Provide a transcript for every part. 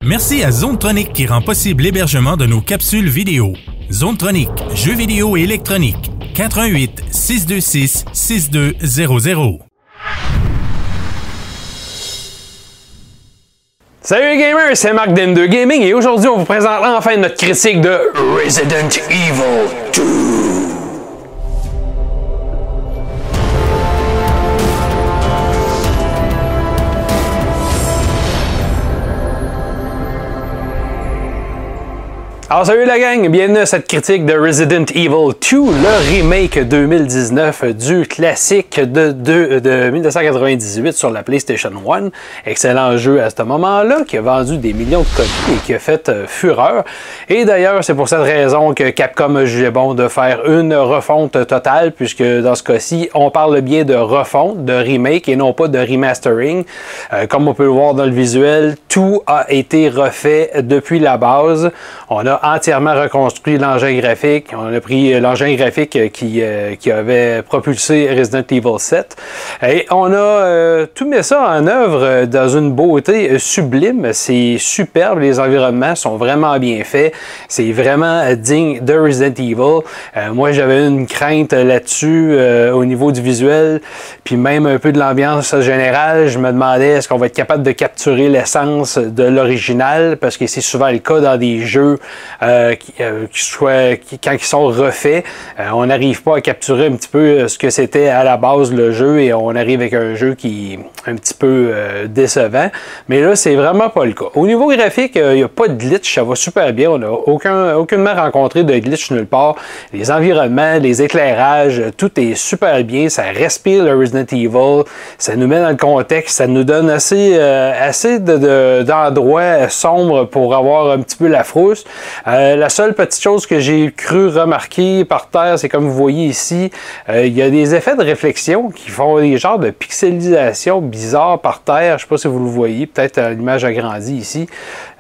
Merci à ZoneTronic qui rend possible l'hébergement de nos capsules vidéo. ZoneTronic, jeux vidéo et électronique. 88 626 6200. Salut les gamers, c'est Marc d'M2 Gaming et aujourd'hui on vous présente enfin notre critique de Resident Evil 2. Alors salut la gang, bienvenue à cette critique de Resident Evil 2, le remake 2019 du classique de 1998 sur la PlayStation 1. Excellent jeu à ce moment-là, qui a vendu des millions de copies et qui a fait fureur. Et d'ailleurs, c'est pour cette raison que Capcom a jugé bon de faire une refonte totale, puisque dans ce cas-ci, on parle bien de refonte, de remake et non pas de remastering. Comme on peut le voir dans le visuel, tout a été refait depuis la base. On a entièrement reconstruit l'engin graphique. On a pris l'engin graphique qui avait propulsé Resident Evil 7. Et on a tout mis ça en œuvre dans une beauté sublime. C'est superbe. Les environnements sont vraiment bien faits. C'est vraiment digne de Resident Evil. Moi, j'avais une crainte là-dessus au niveau du visuel, puis même un peu de l'ambiance générale. Je me demandais est-ce qu'on va être capable de capturer l'essence de l'original, parce que c'est souvent le cas dans des jeux quand ils sont refaits, on n'arrive pas à capturer un petit peu ce que c'était à la base le jeu et on arrive avec un jeu qui est un petit peu décevant. Mais là, c'est vraiment pas le cas. Au niveau graphique, il n'y a pas de glitch, ça va super bien. On n'a aucunement rencontré de glitch nulle part. Les environnements, les éclairages, tout est super bien. Ça respire le Resident Evil. Ça nous met dans le contexte. Ça nous donne assez d'endroits sombres pour avoir un petit peu la frousse. La seule petite chose que j'ai cru remarquer par terre, c'est comme vous voyez ici, il y a des effets de réflexion qui font des genres de pixelisation bizarres par terre. Je ne sais pas si vous le voyez, peut-être l'image agrandie ici.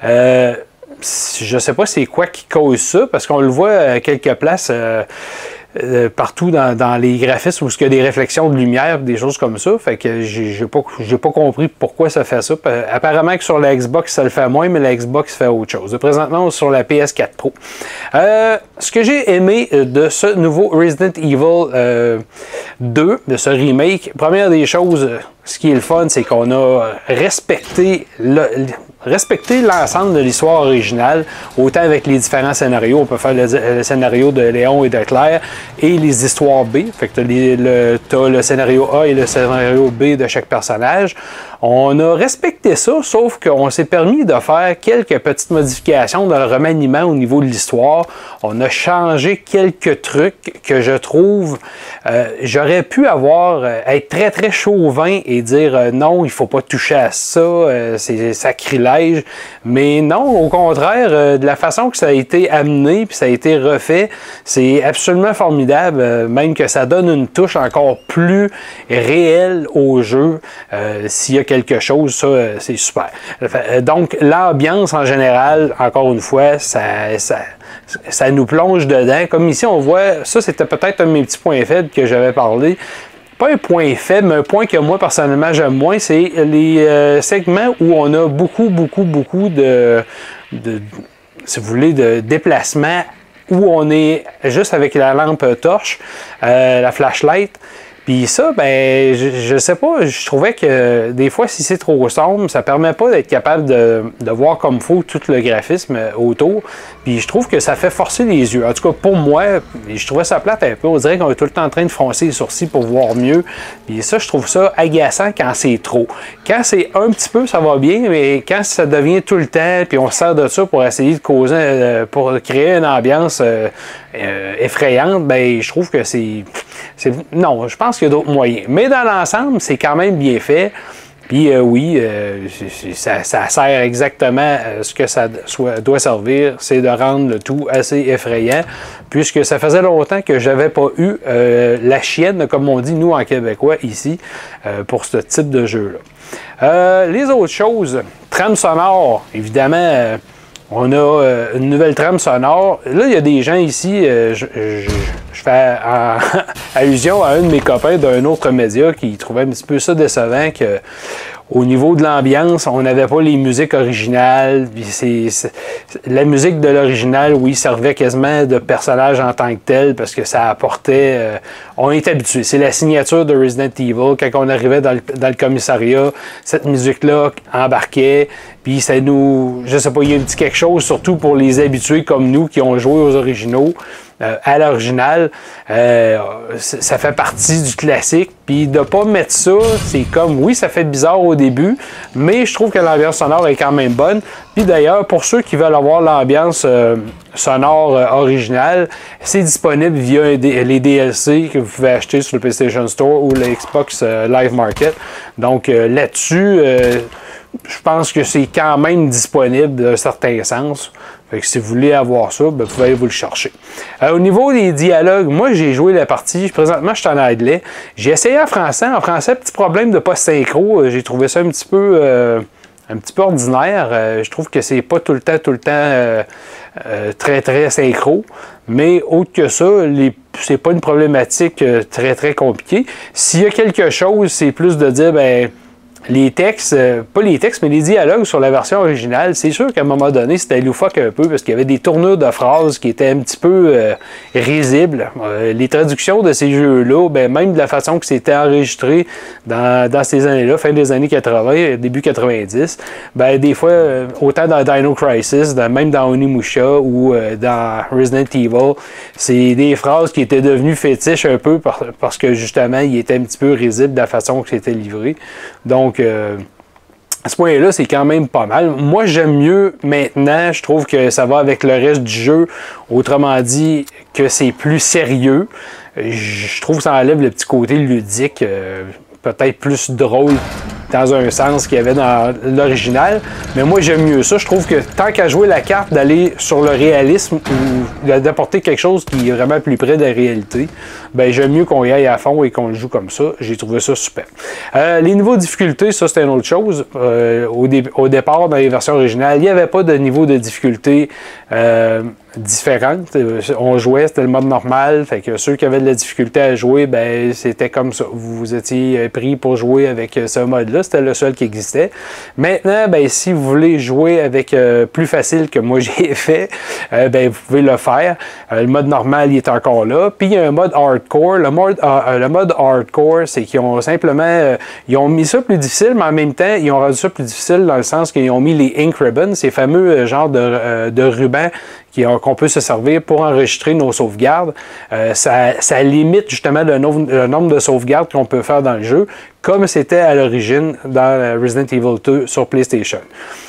Je ne sais pas c'est quoi qui cause ça, parce qu'on le voit à quelques places partout dans les graphismes où il y a des réflexions de lumière, des choses comme ça. Fait que j'ai pas compris pourquoi ça fait ça. Apparemment que sur la Xbox ça le fait moins, mais la Xbox fait autre chose. Présentement sur la PS4 Pro. Ce que j'ai aimé de ce nouveau Resident Evil 2, de ce remake, première des choses, ce qui est le fun, c'est qu'on a respecté l'ensemble de l'histoire originale, autant avec les différents scénarios. On peut faire le scénario de Léon et de Claire et les histoires B. Fait que t'as le scénario A et le scénario B de chaque personnage. On a respecté ça, sauf qu'on s'est permis de faire quelques petites modifications dans le remaniement au niveau de l'histoire. On a changé quelques trucs que je trouve j'aurais pu être très très chauvin et dire non, il faut pas toucher à ça, c'est sacrilège. Mais non, au contraire, de la façon que ça a été amené puis ça a été refait, c'est absolument formidable, même que ça donne une touche encore plus réelle au jeu. S'il y a quelque chose, ça, c'est super. Donc, l'ambiance en général, encore une fois, ça nous plonge dedans. Comme ici, on voit, ça, c'était peut-être un de mes petits points faibles que j'avais parlé. Pas un point faible, mais un point que moi, personnellement, j'aime moins, c'est les segments où on a beaucoup de si vous voulez, de déplacements où on est juste avec la lampe torche, la flashlight. Puis ça, ben, je sais pas, je trouvais que des fois, si c'est trop sombre, ça permet pas d'être capable de voir comme il faut tout le graphisme autour. Puis je trouve que ça fait forcer les yeux. En tout cas, pour moi, je trouvais ça plate un peu. On dirait qu'on est tout le temps en train de froncer les sourcils pour voir mieux. Puis ça, je trouve ça agaçant quand c'est trop. Quand c'est un petit peu, ça va bien, mais quand ça devient tout le temps, puis on se sert de ça pour essayer de causer, pour créer une ambiance effrayante, ben, je trouve que non, je pense qu'il y a d'autres moyens. Mais dans l'ensemble, c'est quand même bien fait. Puis oui, ça sert exactement à ce que ça doit servir, c'est de rendre le tout assez effrayant, puisque ça faisait longtemps que j'avais pas eu la chienne, comme on dit nous en québécois ici, pour ce type de jeu-là. Les autres choses, trame sonore, évidemment, on a une nouvelle trame sonore. Là, il y a des gens ici, je fais allusion à un de mes copains d'un autre média qui trouvait un petit peu ça décevant que Au niveau de l'ambiance, on n'avait pas les musiques originales. La musique de l'original, oui, servait quasiment de personnage en tant que tel parce que ça apportait... on est habitué. C'est la signature de Resident Evil. Quand on arrivait dans le commissariat, cette musique-là embarquait. Puis ça nous... Je sais pas, il y a un petit quelque chose, surtout pour les habitués comme nous qui ont joué aux originaux. À l'original, ça fait partie du classique. Puis de pas mettre ça, c'est comme, oui, ça fait bizarre au début, mais je trouve que l'ambiance sonore est quand même bonne. Puis d'ailleurs, pour ceux qui veulent avoir l'ambiance sonore originale, c'est disponible via les DLC que vous pouvez acheter sur le PlayStation Store ou le Xbox Live Market. Donc là-dessus, je pense que c'est quand même disponible d'un certain sens. Fait que si vous voulez avoir ça, ben, vous pouvez aller vous le chercher. Au niveau des dialogues, moi j'ai joué la partie, présentement je suis en anglais. J'ai essayé en français. En français, petit problème de pas synchro. J'ai trouvé ça un petit peu ordinaire. Je trouve que c'est pas tout le temps très synchro. Mais autre que ça, c'est pas une problématique très compliquée. S'il y a quelque chose, c'est plus de dire, ben, les textes, pas les textes, mais les dialogues sur la version originale, c'est sûr qu'à un moment donné, c'était loufoque un peu parce qu'il y avait des tournures de phrases qui étaient un petit peu risibles. Les traductions de ces jeux-là, ben, même de la façon que c'était enregistré dans ces années-là, fin des années 80, début 90, ben, des fois, autant dans Dino Crisis, même dans Onimusha ou dans Resident Evil, c'est des phrases qui étaient devenues fétiches un peu parce que justement, ils étaient un petit peu risibles de la façon que c'était livré. Donc, à ce point-là, c'est quand même pas mal. Moi, j'aime mieux maintenant. Je trouve que ça va avec le reste du jeu. Autrement dit, que c'est plus sérieux. Je trouve que ça enlève le petit côté ludique, peut-être plus drôle dans un sens qu'il y avait dans l'original. Mais moi, j'aime mieux ça. Je trouve que tant qu'à jouer la carte, d'aller sur le réalisme ou d'apporter quelque chose qui est vraiment plus près de la réalité, ben j'aime mieux qu'on y aille à fond et qu'on le joue comme ça. J'ai trouvé ça super. Les niveaux de difficulté, ça, c'était une autre chose. Au départ, dans les versions originales, il n'y avait pas de niveau de difficulté différentes. On jouait, c'était le mode normal. Fait que ceux qui avaient de la difficulté à jouer, ben c'était comme ça. Vous étiez pris pour jouer avec ce mode-là. C'était le seul qui existait. Maintenant, ben, si vous voulez jouer avec plus facile que moi j'ai fait, ben, vous pouvez le faire. Le mode normal, il est encore là. Puis il y a un mode hardcore. Le mode hardcore, c'est qu'ils ont simplement ils ont mis ça plus difficile, mais en même temps, ils ont rendu ça plus difficile dans le sens qu'ils ont mis les ink ribbons, ces fameux genres de rubans qu'on peut se servir pour enregistrer nos sauvegardes. Ça limite justement le nombre de sauvegardes qu'on peut faire dans le jeu, comme c'était à l'origine dans Resident Evil 2 sur PlayStation.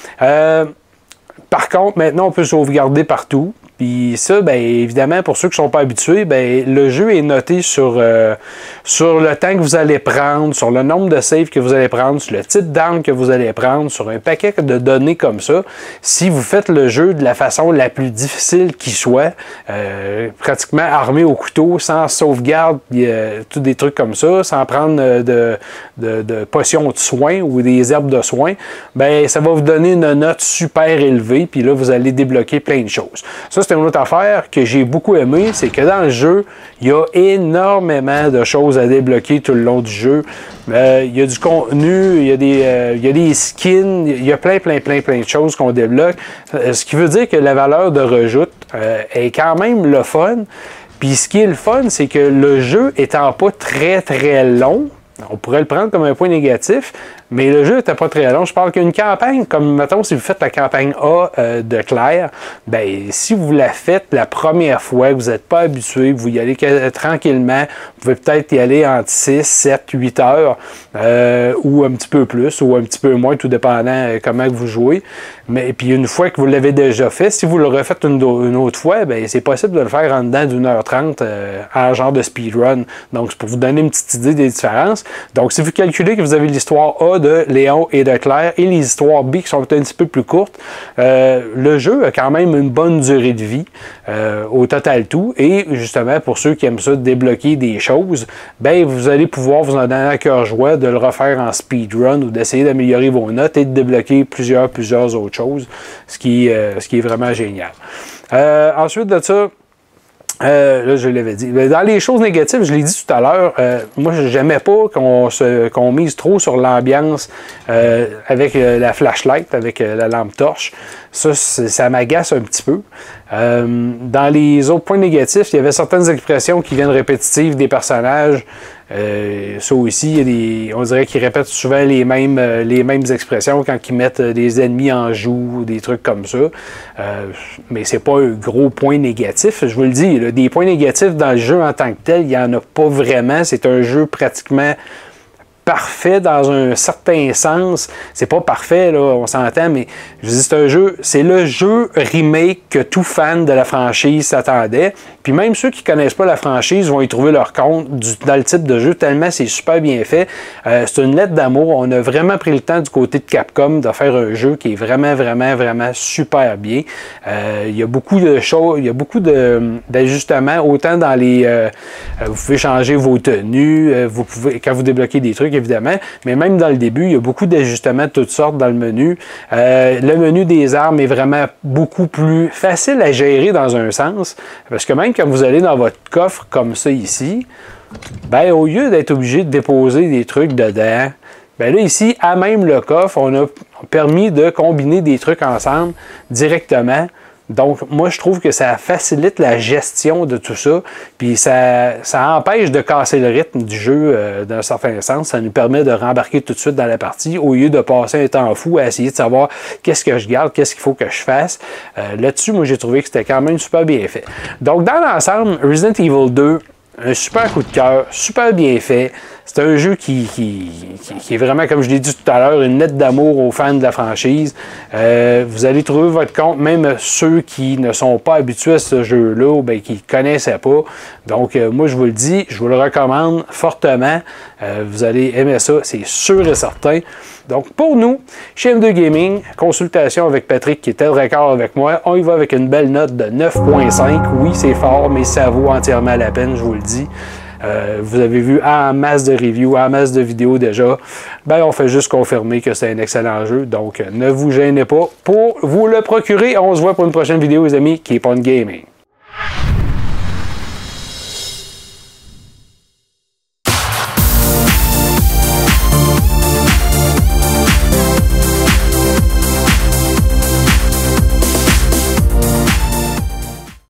Par contre, maintenant, on peut sauvegarder partout. Puis ça, bien évidemment, pour ceux qui ne sont pas habitués, bien, le jeu est noté sur le temps que vous allez prendre, sur le nombre de saves que vous allez prendre, sur le type d'arme que vous allez prendre, sur un paquet de données comme ça. Si vous faites le jeu de la façon la plus difficile qui soit, pratiquement armé au couteau, sans sauvegarde, tous des trucs comme ça, sans prendre de potions de soins ou des herbes de soins, bien, ça va vous donner une note super élevée, puis là, vous allez débloquer plein de choses. Ça, c'est une autre affaire que j'ai beaucoup aimé, c'est que dans le jeu, il y a énormément de choses à débloquer tout le long du jeu. Il y a du contenu, il y a des skins, il y a plein de choses qu'on débloque. Ce qui veut dire que la valeur de rejoute est quand même le fun. Puis ce qui est le fun, c'est que le jeu étant pas très long, on pourrait le prendre comme un point négatif, mais le jeu n'était pas très long. Je parle qu'une campagne, comme mettons si vous faites la campagne A de Claire, ben si vous la faites la première fois, que vous n'êtes pas habitué, que vous y allez tranquillement, vous pouvez peut-être y aller entre 6, 7, 8 heures, ou un petit peu plus, ou un petit peu moins, tout dépendant comment vous jouez. Mais puis une fois que vous l'avez déjà fait, si vous le refaites une autre fois, ben c'est possible de le faire en dedans d'1h30 en genre de speedrun. Donc c'est pour vous donner une petite idée des différences. Donc si vous calculez que vous avez l'histoire A de Léon et de Claire et les histoires B qui sont un petit peu plus courtes, le jeu a quand même une bonne durée de vie au total tout. Et justement, pour ceux qui aiment ça, débloquer des choses, ben vous allez pouvoir vous en donner à cœur joie de le refaire en speedrun ou d'essayer d'améliorer vos notes et de débloquer plusieurs autres choses, ce qui est vraiment génial. Ensuite de ça, Là, je l'avais dit. Dans les choses négatives, je l'ai dit tout à l'heure, moi, je n'aimais pas qu'on mise trop sur l'ambiance avec la flashlight, avec la lampe torche. Ça m'agace un petit peu. Dans les autres points négatifs, il y avait certaines expressions qui viennent répétitives des personnages. Ça aussi, on dirait qu'ils répètent souvent les mêmes expressions quand ils mettent des ennemis en joue, des trucs comme ça. Mais c'est pas un gros point négatif. Je vous le dis, là, des points négatifs dans le jeu en tant que tel, il n'y en a pas vraiment. C'est un jeu pratiquement parfait dans un certain sens. C'est pas parfait, là, on s'entend, mais je dis, c'est le jeu remake que tout fan de la franchise s'attendait. Puis même ceux qui connaissent pas la franchise vont y trouver leur compte dans le type de jeu, tellement c'est super bien fait. C'est une lettre d'amour. On a vraiment pris le temps du côté de Capcom de faire un jeu qui est vraiment, vraiment, vraiment super bien. Il y a beaucoup de choses, il y a beaucoup d'ajustements, autant dans les... vous pouvez changer vos tenues, vous pouvez, quand vous débloquez des trucs, évidemment, mais même dans le début, il y a beaucoup d'ajustements de toutes sortes dans le menu. Le menu des armes est vraiment beaucoup plus facile à gérer dans un sens, parce que même quand vous allez dans votre coffre comme ça ici, ben, au lieu d'être obligé de déposer des trucs dedans, ben là ici, à même le coffre, on a permis de combiner des trucs ensemble directement. Donc, moi, je trouve que ça facilite la gestion de tout ça, puis ça empêche de casser le rythme du jeu d'un certain sens. Ça nous permet de rembarquer tout de suite dans la partie, au lieu de passer un temps fou à essayer de savoir qu'est-ce que je garde, qu'est-ce qu'il faut que je fasse. Là-dessus, moi, j'ai trouvé que c'était quand même super bien fait. Donc, dans l'ensemble, Resident Evil 2, un super coup de cœur, super bien fait. C'est un jeu qui est vraiment, comme je l'ai dit tout à l'heure, une lettre d'amour aux fans de la franchise. Vous allez trouver votre compte, même ceux qui ne sont pas habitués à ce jeu-là, ou bien qui ne connaissaient pas. Donc, moi, je vous le dis, je vous le recommande fortement. Vous allez aimer ça, c'est sûr et certain. Donc, pour nous, chez M2 Gaming, consultation avec Patrick qui était le record avec moi, on y va avec une belle note de 9.5. Oui, c'est fort, mais ça vaut entièrement la peine, je vous le dis. Vous avez vu en masse de reviews, en masse de vidéos déjà. Ben, on fait juste confirmer que c'est un excellent jeu. Donc, ne vous gênez pas pour vous le procurer. On se voit pour une prochaine vidéo, les amis. Keep on gaming.